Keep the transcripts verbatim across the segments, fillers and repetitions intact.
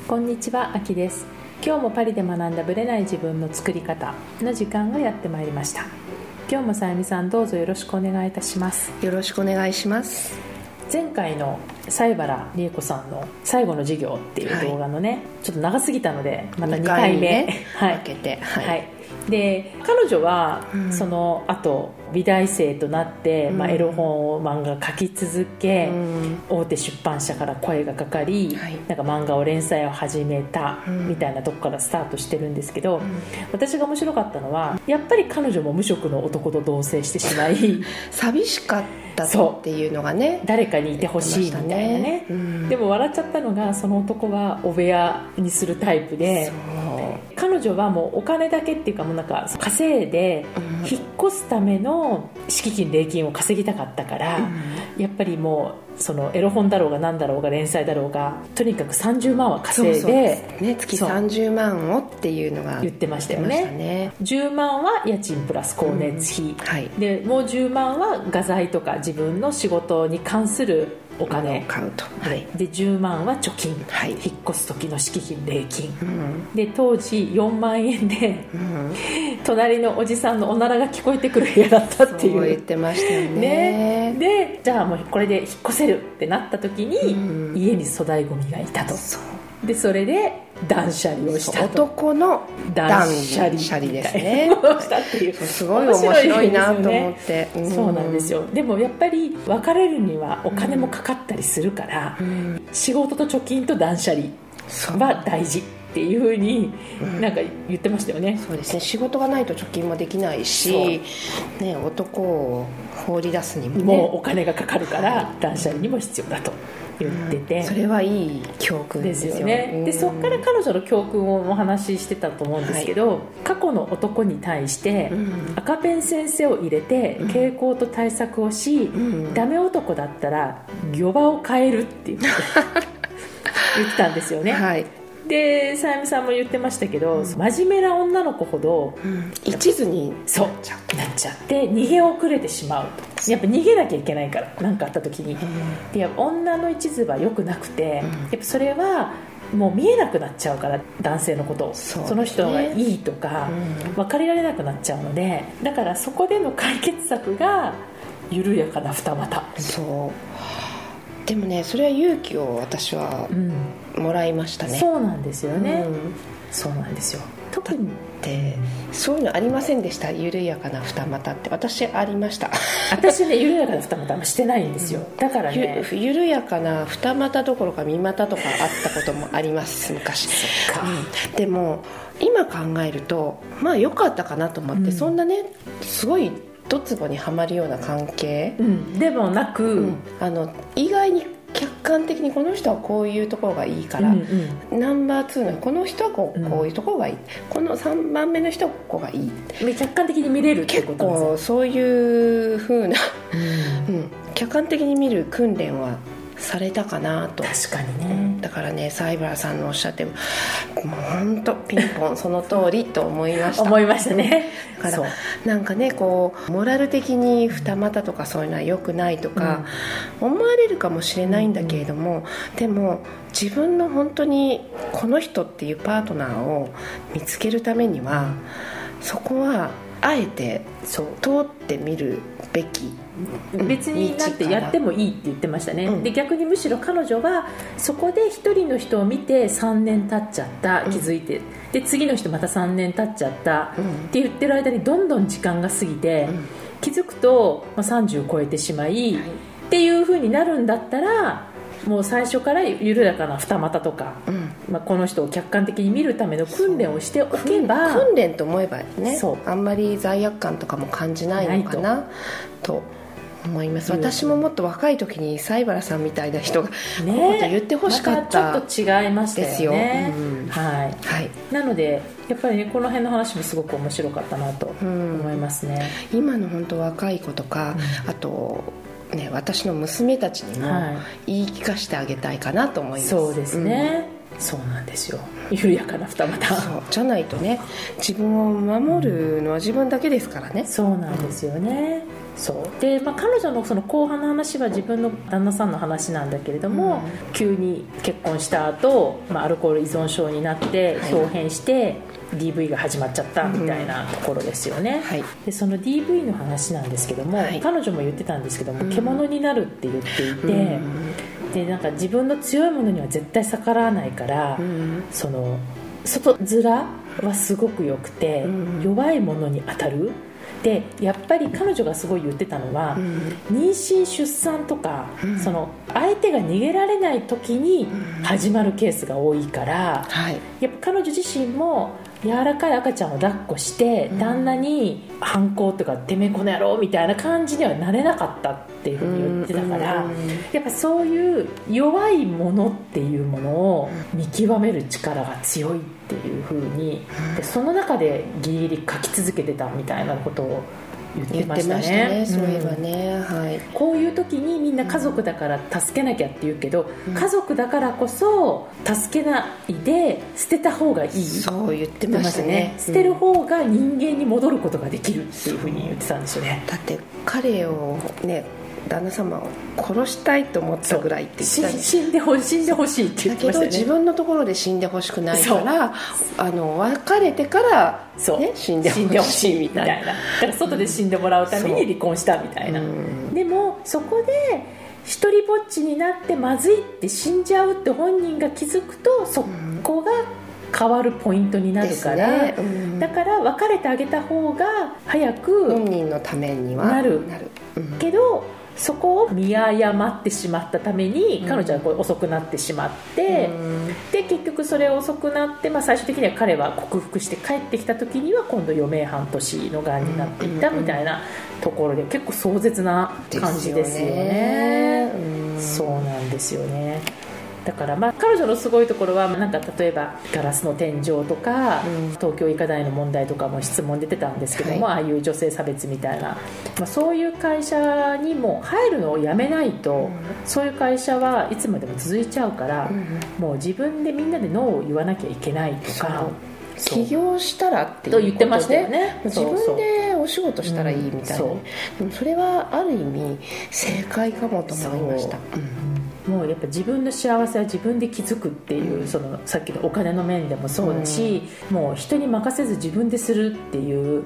こんにちは、あきです。今日もパリで学んだブレない自分の作り方の時間がやってまいりました。今日もさゆみさん、どうぞよろしくお願いいたします。 よろしくお願いします。 前回の西原理恵子さんの最後の授業っていう動画のね、はい、ちょっと長すぎたのでまたにかいめ、 ね、 はい、 分けて、はいはい、で彼女はその後美大生となって、うんまあ、エロ本を漫画描き続け、うん、大手出版社から声がかかり、はい、なんか漫画を連載を始めたみたいなとこからスタートしてるんですけど、うん、私が面白かったのはやっぱり彼女も無職の男と同棲してしまい寂しかったっていうのがね、 誰かにいてほしいみたいなね、ねうん、でも笑っちゃったのがその男はお部屋にするタイプで、彼女はもうお金だけっていうかもうなんか稼いで引っ越すための敷金礼金を稼ぎたかったから、うん、やっぱりもうそのエロ本だろうが何だろうが連載だろうがとにかくさんじゅうまんは稼いで、 そうそうね、月さんじゅうまんをっていうのが言ってましたよね。ねじゅうまんは家賃プラス光熱費、うんはい、でもうじゅうまんは画材とか自分の仕事に関するお金を買うと、はい、 でじゅうまんは貯金、はい、引っ越す時の敷金礼金、うん、で当時よんまんえんで、うん、隣のおじさんのおならが聞こえてくる部屋だったっていうそう言ってましたよ ね, ねでじゃあもうこれで引っ越せるってなった時に、うん、家に粗大ゴミがいたと。そうでそれで断捨離をしたと。 男の断捨離ですねしたっていうすごい面白いなと思って、 うん、そうなんですよ。でもやっぱり別れるにはお金もかかったりするから、うん、仕事と貯金と断捨離は大事っていう風になんか言ってましたよね、 うん、そうですね。仕事がないと貯金もできないし、ね、男を放り出すにも、ね、 もうお金がかかるから断捨離にも必要だと言ってて、 うん、それはいい教訓ですよですよね。でそこから彼女の教訓をお話ししてたと思うんですけど、はい、過去の男に対して、うん、赤ペン先生を入れて傾向と対策をし、うん、ダメ男だったら魚場を変えるって言って言ってたんですよね、はいでさゆみさんも言ってましたけど、うん、真面目な女の子ほど、 うん、一途にそうなっちゃって逃げ遅れてしまうと。やっぱ逃げなきゃいけないから何かあった時に、うん、で女の一途は良くなくて、うん、やっぱそれはもう見えなくなっちゃうから、男性のことを そ,、ね、その人がいいとか、うん、分かりられなくなっちゃうので、だからそこでの解決策が緩やかな二股。 そうでもね、それは勇気を私は、うんもらいましたね。 そうなんですよね、うん、そうなんですよ。特にでそういうのありませんでした？緩やかな二股って。私ありました私ね、緩やかな二股もしてないんですよ、うん、だからねゆ緩やかな二股どころか三股とかあったこともあります昔そっか、 うん、でも今考えるとまあ良かったかなと思って、うん、そんなねすごいドツボにはまるような関係、 うん、でもなく、うん、 あの意外に客観的にこの人はこういうところがいいから、うんうん、ナンバーツーのこの人はこう、うん、こういうところがいい、このさんばんめの人はここがいい、 客観的に見れるってことです。 結構そういう風な、うんうん、客観的に見る訓練はされたかなと。 確かにね。 だからね、西原さんのおっしゃってもう本当ピンポンその通りと思いました思いましたね。 だからなんかね、こうモラル的に二股とかそういうのは良くないとか思われるかもしれないんだけれども、うん、でも自分の本当にこの人っていうパートナーを見つけるためには、そこはあえて通ってみるべき、 別になってやってもいいって言ってましたね、うん、で逆にむしろ彼女はそこで一人の人を見てさんねん経っちゃった、気づいて、で次の人またさんねん経っちゃった、うん、って言ってる間にどんどん時間が過ぎて、うん、気づくと、まあ、さんじゅう超えてしまい、はい、っていう風になるんだったらもう最初から緩やかな二股とか、うんまあ、この人を客観的に見るための訓練をしておけば、 訓練と思えばね、あんまり罪悪感とかも感じないのかなと思います。私ももっと若い時に西原さんみたいな人がこういうこと言ってほしかった、 またちょっと違いましたよね。 ですよ、 うんはいはい、なのでやっぱりね、この辺の話もすごく面白かったなと思いますね、 うん、今の本当若い子とか、うん、あとね、私の娘たちにも言い聞かせてあげたいかなと思います、 はい、そうですね、 そうなんですよ、緩やかな二股。 そうじゃないとね、自分を守るのは自分だけですからね、うん、 そうなんですよね。そうで、まあ、彼女のその後半の話は自分の旦那さんの話なんだけれども、うん、急に結婚した後、まあアルコール依存症になって表変して、はい、ディーブイ が始まっちゃったみたいなところですよね、うんはい、でその ディーブイ の話なんですけども、はい、彼女も言ってたんですけども、うん、獣になるって言っていて、うん、でなんか自分の強いものには絶対逆らわないから、うん、その外面はすごく良くて、うん、弱いものに当たる。でやっぱり彼女がすごい言ってたのは、うん、妊娠出産とか、うん、その相手が逃げられない時に始まるケースが多いから、うんはい、やっぱ彼女自身も柔らかい赤ちゃんを抱っこして、うん、旦那に反抗とかてめえこの野郎みたいな感じにはなれなかったっていうふうに言ってたから、うん、やっぱそういう弱いものっていうものを見極める力が強いっていう風に、でその中でギリギリ書き続けてたみたいなことを言ってましたね。 言ってましたね、そういえばね、うんはい、 こういう時にみんな家族だから助けなきゃって言うけど、うん、家族だからこそ助けないで捨てた方がいい、 そう言ってましたね、 捨てる方が人間に戻ることができるっていう風に言ってたんですよね。 だって彼をね、旦那様を殺したいと思ったぐらいって言ってたんです。 死んでほしい死んでほしいって言ってましたよね。 だけど自分のところで死んでほしくないからあの別れてから、ね、死んでほしいみたいな、だから外で死んでもらうために離婚したみたいな、うん、でもそこで一人ぼっちになってまずいって死んじゃうって本人が気づくと、そこが変わるポイントになるから、ねうん、だから別れてあげた方が早く本人のためにはなる、なる、うん、けどそこを見誤ってしまったために、うん、彼女はこう遅くなってしまって、うん、で結局それ遅くなって、まあ、最終的には彼は克服して帰ってきた時には今度余命半年のがんになっていたみたいなところで、結構壮絶な感じですよね。うん、そうなんですよね。だからまあ彼女のすごいところは、なんか例えばガラスの天井とか、うん、東京医科大の問題とかも質問出てたんですけども、はい、ああいう女性差別みたいな、まあ、そういう会社にも入るのをやめないと、うん、そういう会社はいつまでも続いちゃうから、うん、もう自分でみんなでノーを言わなきゃいけないとか、 起業したらっていうことで言ってましたよね。 自分でお仕事したらいいみたいな、うん、そうでもそれはある意味正解かもと思いました。 もうやっぱ自分の幸せは自分で気づくっていう、うん、そのさっきのお金の面でもそうだし、うん、もう人に任せず自分でするっていう、うん、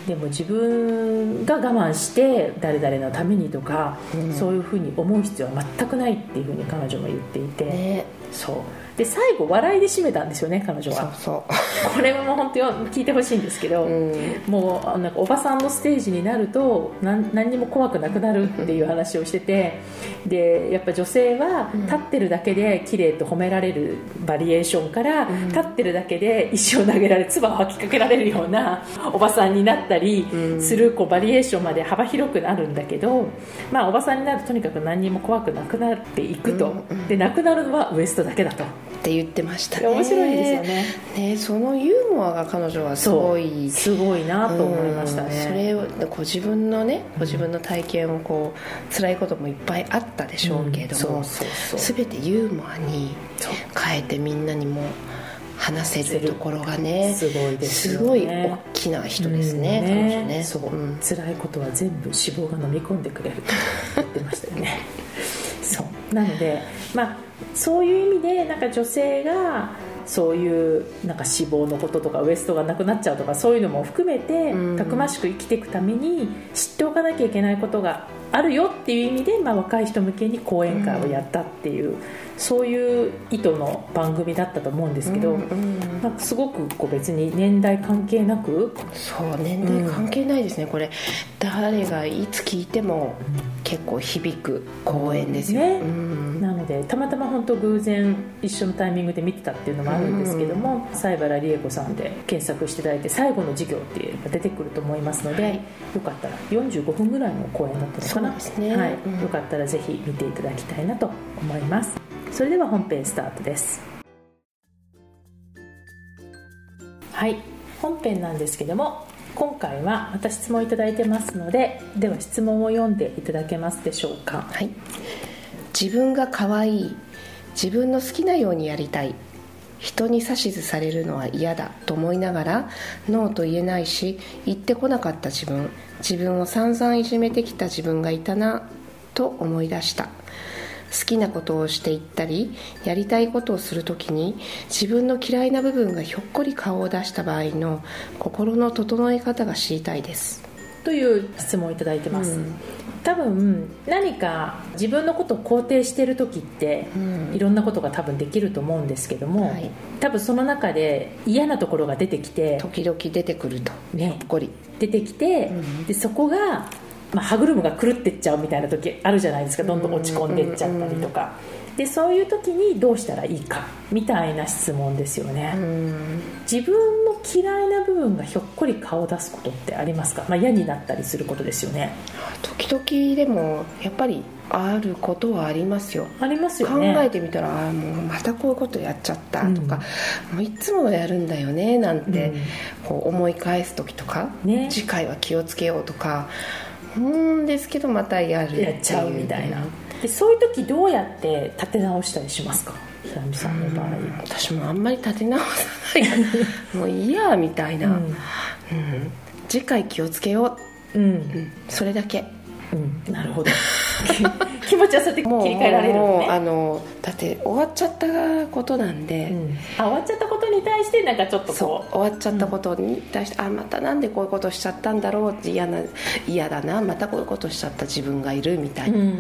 でも自分が我慢して誰々のためにとか、うん、そういうふうに思う必要は全くないっていうふうに彼女も言っていて、ね、そうで最後笑いで締めたんですよね、彼女は。 そうそうこれも本当に聞いてほしいんですけど、うん、もうなんかおばさんのステージになると 何, 何にも怖くなくなるっていう話をしてて、でやっぱ女性は立ってるだけで綺麗と褒められるバリエーションから、うん、立ってるだけで石を投げられ唾を吐きかけられるようなおばさんになったりする、こうバリエーションまで幅広くなるんだけど、まあ、おばさんになるととにかく何にも怖くなくなっていくと、うん、でなくなるのはウエストだけだとって言ってましたね。 面白いですよね。 ね、そのユーモアが彼女はすごいすごいなと思いましたね。 それをこう自分のね、ご自分の体験をこう辛いこともいっぱいあったでしょうけれども、すべてユーモアに変えてみんなにも話せるところがね、すごいですよね。すごい大きな人ですね、うん、ね、彼女ね。 そう、うん、辛いことは全部脂肪が飲み込んでくれると言ってましたよね。そうなので、まあ、そういう意味でなんか女性がそういうなんか脂肪のこととかウエストがなくなっちゃうとか、そういうのも含めてたくましく生きていくために知っておかなきゃいけないことがあるよっていう意味で、まあ、若い人向けに講演会をやったっていう、うん、そういう意図の番組だったと思うんですけど、うんうん、なんかすごくこう別に年代関係なく、 そう年代関係ないですね、うん、これ誰がいつ聞いても結構響く講演ですよ、ね、うん、 なのでたまたま本当偶然一緒のタイミングで見てたっていうのもあるんですけども、西原理恵子さんで検索していただいて最後の授業って出てくると思いますので、はい、よかったらよんじゅうごふんぐらいの講演だったのかな、 そうですね、 はい、うん、よかったらぜひ見ていただきたいなと思います。それでは本編スタートです。はい、本編なんですけども、今回はまた質問いただいてますので、では質問を読んでいただけますでしょうか。 はい、自分が可愛い、自分の好きなようにやりたい、 人に指図されるのは嫌だと思いながらノーと言えないし、言ってこなかった自分自分を散々いじめてきた自分がいたなと思い出した。好きなことをしていったりやりたいことをするときに自分の嫌いな部分がひょっこり顔を出した場合の心の整え方が知りたいですという質問をいただいてます、うん、多分何か自分のことを肯定している時って、うん、いろんなことが多分できると思うんですけども、はい、多分その中で嫌なところが出てきて時々出てくると、 ね、 ひょっこり出てきて、うん、でそこがまあ、歯車が狂ってっちゃうみたいな時あるじゃないですか。どんどん落ち込んでっちゃったりとかで、そういう時にどうしたらいいかみたいな質問ですよね。自分の嫌いな部分がひょっこり顔を出すことってありますか？まあ、嫌になったりすることですよね。 時々でもやっぱりあることはありますよ。 ありますよね。 考えてみたらあもうまたこういうことやっちゃったとか、うん、もういつもやるんだよねなんて、うん、こう思い返す時とか、ね、次回は気をつけようとかうんですけどまたやるやっちゃうみたいな。でそういう時どうやって立て直したりしますか？ひらみさんの場合。 私もあんまり立て直さないもういいやみたいな、うんうん、次回気をつけよう、うんうん、それだけ、 うん、なるほど気持ちはそうやって切り替えられるのね。 もうあのだって終わっちゃったことなんで、うん、 あ終わっちゃったことに対してなんかちょっとこうそう終わっちゃったことに対して、うん、あまたなんでこういうことしちゃったんだろうって嫌な嫌だなまたこういうことしちゃった自分がいるみたいな、うんうんうん、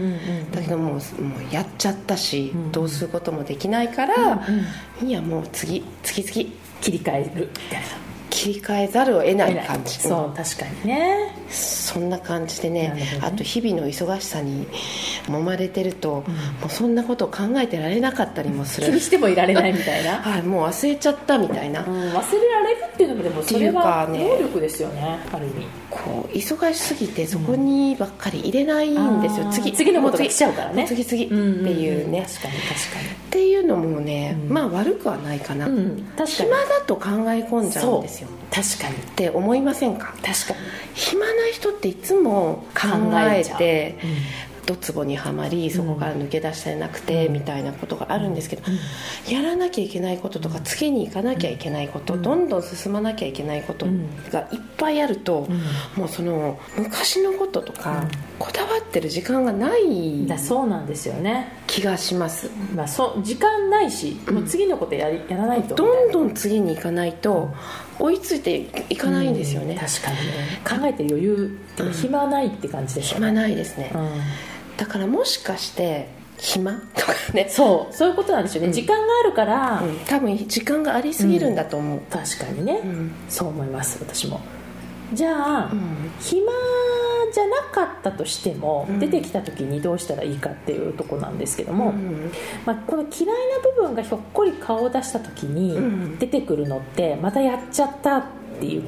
だけどもう、もうやっちゃったし、うん、どうすることもできないから、うんうん、いやもう次次次切り替えるみたいな切り替えざるを得ない感じ。 そう確かにねそんな感じで ね, ねあと日々の忙しさに揉まれてると、うん、もうそんなことを考えてられなかったりもする。 気にしてもいられないみたいな、 はい、もう忘れちゃったみたいな、うん、 忘れられるっていうのもでもそれは能力ですよね。ある意味こう忙しすぎてそこにばっかり入れないんですよ、うん、次次のことが来ちゃうからね次次っていうね、うんうんうん、 確かに確かにっていうのもね、うん、まあ悪くはないかな、うん、確かに暇だと考え込んじゃうんですよ。 確かにって思いませんか？確かに暇な人っていつも考えてドツボにはまりそこから抜け出せなくて、うん、みたいなことがあるんですけど、うん、やらなきゃいけないこととか次に行かなきゃいけないこと、うん、どんどん進まなきゃいけないことがいっぱいあると、うん、もうその昔のこととか、うん、こだわってる時間がないだそうなんですよね気がします、 まあ、そう時間ないし、もう次のことやり、やらないとどんどん次に行かないと追いついていかないんですよね、 うん、確かにね考えてる余裕っていうか暇ないって感じですよね。 暇ないですね、うん、だからもしかして暇とかねそうそういうことなんですよね、うん、時間があるから、うん、 多分時間がありすぎるんだと思う、うん、 確かにね、うん、そう思います私も。じゃあ、うん、暇じゃなかったとしても、うん、出てきた時にどうしたらいいかっていうところなんですけども、うんまあ、この嫌いな部分がひょっこり顔を出した時に出てくるのってまたやっちゃったって言って、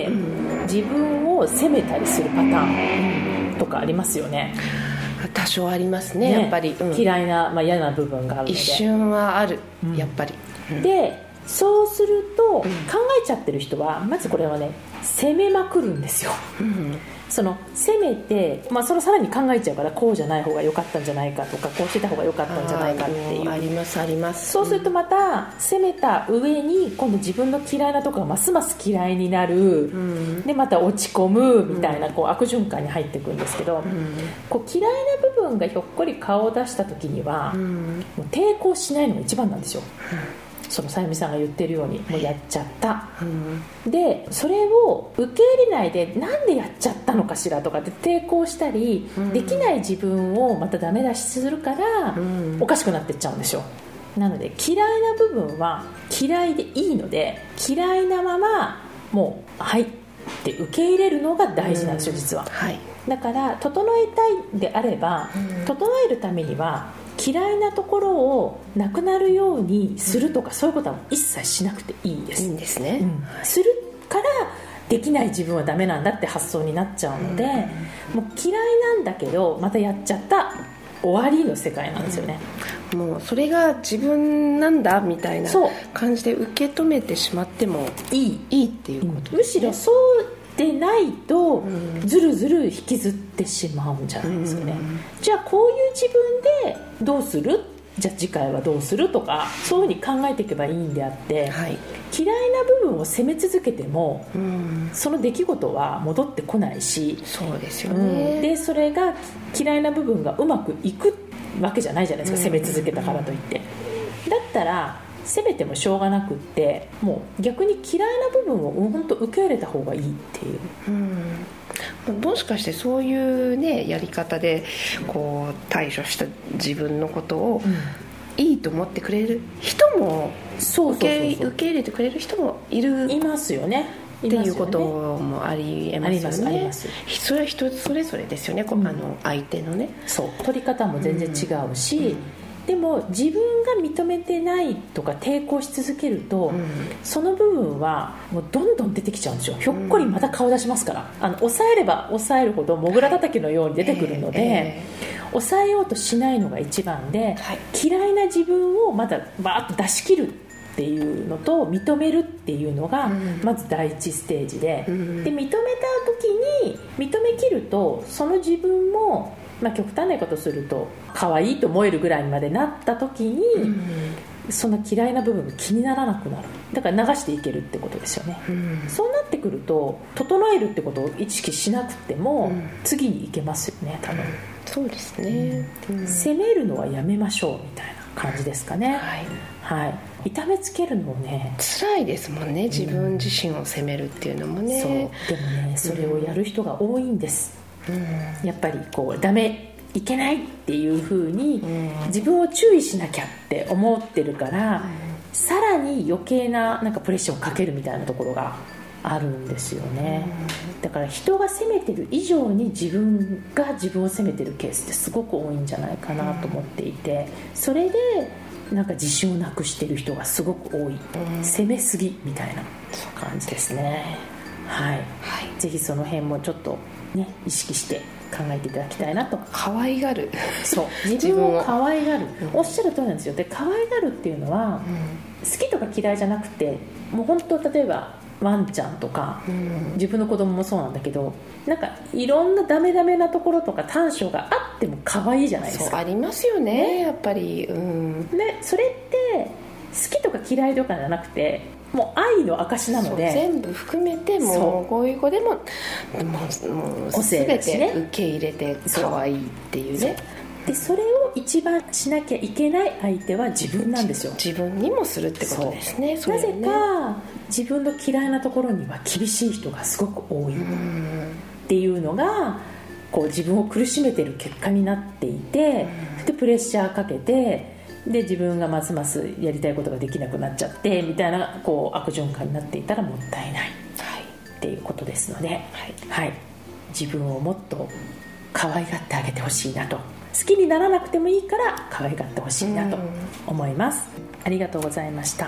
うん、自分を責めたりするパターンとかありますよね。 多少あります ね, ねやっぱり、 うん、嫌いな、まあ、嫌な部分があるので一瞬はある、うん、やっぱり、 うん、でそうすると、うん、考えちゃってる人はまずこれはね責めまくるんですよ、うん、その責めて、まあ、そのさらに考えちゃうからこうじゃない方が良かったんじゃないかとかこうしてた方が良かったんじゃないかっていうあ, ありますあります。 そうするとまた責めた上に今度自分の嫌いなところがますます嫌いになる、うん、でまた落ち込むみたいなこう悪循環に入っていくんですけど、うん、こう嫌いな部分がひょっこり顔を出した時には、うん、もう抵抗しないのが一番なんですよ、うんそのさゆみさんが言ってるようにもうやっちゃった、うん、でそれを受け入れないでなんでやっちゃったのかしらとかって抵抗したり、うん、できない自分をまたダメ出しするから、うん、おかしくなってっちゃうんですよ。なので嫌いな部分は嫌いでいいので嫌いなままもうはいって受け入れるのが大事なんですよ、うん、実は、はい、だから整えたいであれば、うん、整えるためには嫌いなところをなくなるようにするとか、うん、そういうことは一切しなくていいです。 いいんですね、 うんはい、するからできない自分はダメなんだって発想になっちゃうので、うん、もう嫌いなんだけどまたやっちゃった終わりの世界なんですよね、 うん、もうそれが自分なんだみたいな感じで受け止めてしまってもいい、いいっていうことですね、 うん、むしろそうでないとずるずる引きずってしまうんじゃないですかね、うん、じゃあこういう自分でどうするっじゃあ次回はどうするとか、そういうふうに考えていけばいいんであって、はい、嫌いな部分を責め続けても、うん、その出来事は戻ってこないし、 そうですよね、 うん、でそれが嫌いな部分がうまくいくわけじゃないじゃないですか、うん、責め続けたからといって、だったら責めてもしょうがなくって、もう逆に嫌いな部分を本当受け入れた方がいいっていう、 うん、もしかしてそういう、ね、やり方でこう対処した自分のことを、うん、いいと思ってくれる人も受け入れてくれる人もいる、 いますよねっていうこともありえますよね。あります、あります。それは人それぞれですよね、うん、あの相手のね、 そう取り方も全然違うし、うんうん、でも自分が認めてないとか抵抗し続けると、うん、その部分はもうどんどん出てきちゃうんですよ。ひょっこりまた顔出しますから、あの抑えれば抑えるほどモグラ叩きのように出てくるので、はいえー、抑えようとしないのが一番で、はい、嫌いな自分をまだバーッと出し切るっていうのと認めるっていうのがまず第一ステージで、うん、で認めた時に認めきるとその自分も、まあ、極端なことすると可愛いと思えるぐらいにまでなった時に、うん、その嫌いな部分が気にならなくなる。だから流していけるってことですよね、うん、そうなってくると整えるってことを意識しなくても、うん、次に行けますよね多分、うん、 そうですね、 うん、責めるのはやめましょうみたいな感じですかね、はいはい、痛めつけるのもね辛いですもんね、自分自身を責めるっていうのもね、 うん、そうでもねそれをやる人が多いんです、うん、やっぱりこうダメいけないっていう風に自分を注意しなきゃって思ってるから、うん、さらに余計な、なんかプレッシャーをかけるみたいなところがあるんですよね、うん、だから人が責めてる以上に自分が自分を責めてるケースってすごく多いんじゃないかなと思っていて、それでなんか自信をなくしてる人がすごく多い、うん、攻めすぎみたいな感じですね、はい、はい、ぜひその辺もちょっとね意識して考えていただきたいなと。 可愛がる、 そう自分を可愛がる、うん、おっしゃる通りなんですよ。で可愛がるっていうのは、うん、好きとか嫌いじゃなくて、もう本当例えばワンちゃんとか、うん、自分の子供もそうなんだけど、なんかいろんなダメダメなところとか短所があっても可愛いじゃないですか。 そうありますよね、ねやっぱり、うん、 でそれって好きとか嫌いとかじゃなくてもう愛の証なので、 全部含めてもうこういう子でももう、もう全て受け入れて可愛いっていうね。 でそれを一番しなきゃいけない相手は自分なんですよ。 自分にもするってことですね。 なぜか自分の嫌いなところには厳しい人がすごく多いっていうのがこう自分を苦しめている結果になっていて、でプレッシャーかけて、で自分がますますやりたいことができなくなっちゃってみたいなこう悪循環になっていたらもったいない、はい、っていうことですので、はいはい、自分をもっと可愛がってあげてほしいなと。好きにならなくてもいいから可愛がってほしいなと思います。ありがとうございました。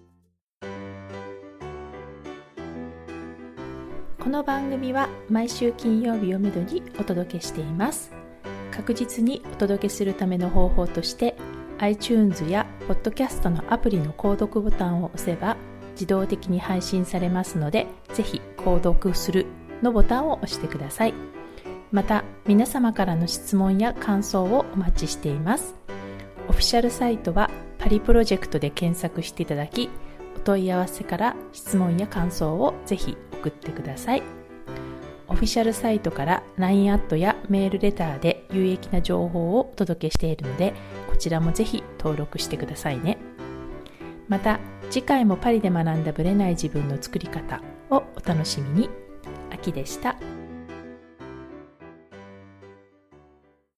この番組は毎週金曜日をめどにお届けしています。確実にお届けするための方法として iTunes や Podcast のアプリの購読ボタンを押せば自動的に配信されますので、ぜひ購読するのボタンを押してください。また皆様からの質問や感想をお待ちしています。オフィシャルサイトはパリプロジェクトで検索していただき、お問い合わせから質問や感想をぜひ送ってください。オフィシャルサイトから ライン アットやメールレターで有益な情報をお届けしているので、こちらもぜひ登録してくださいね。また次回もパリで学んだブレない自分の作り方をお楽しみに。あきでした。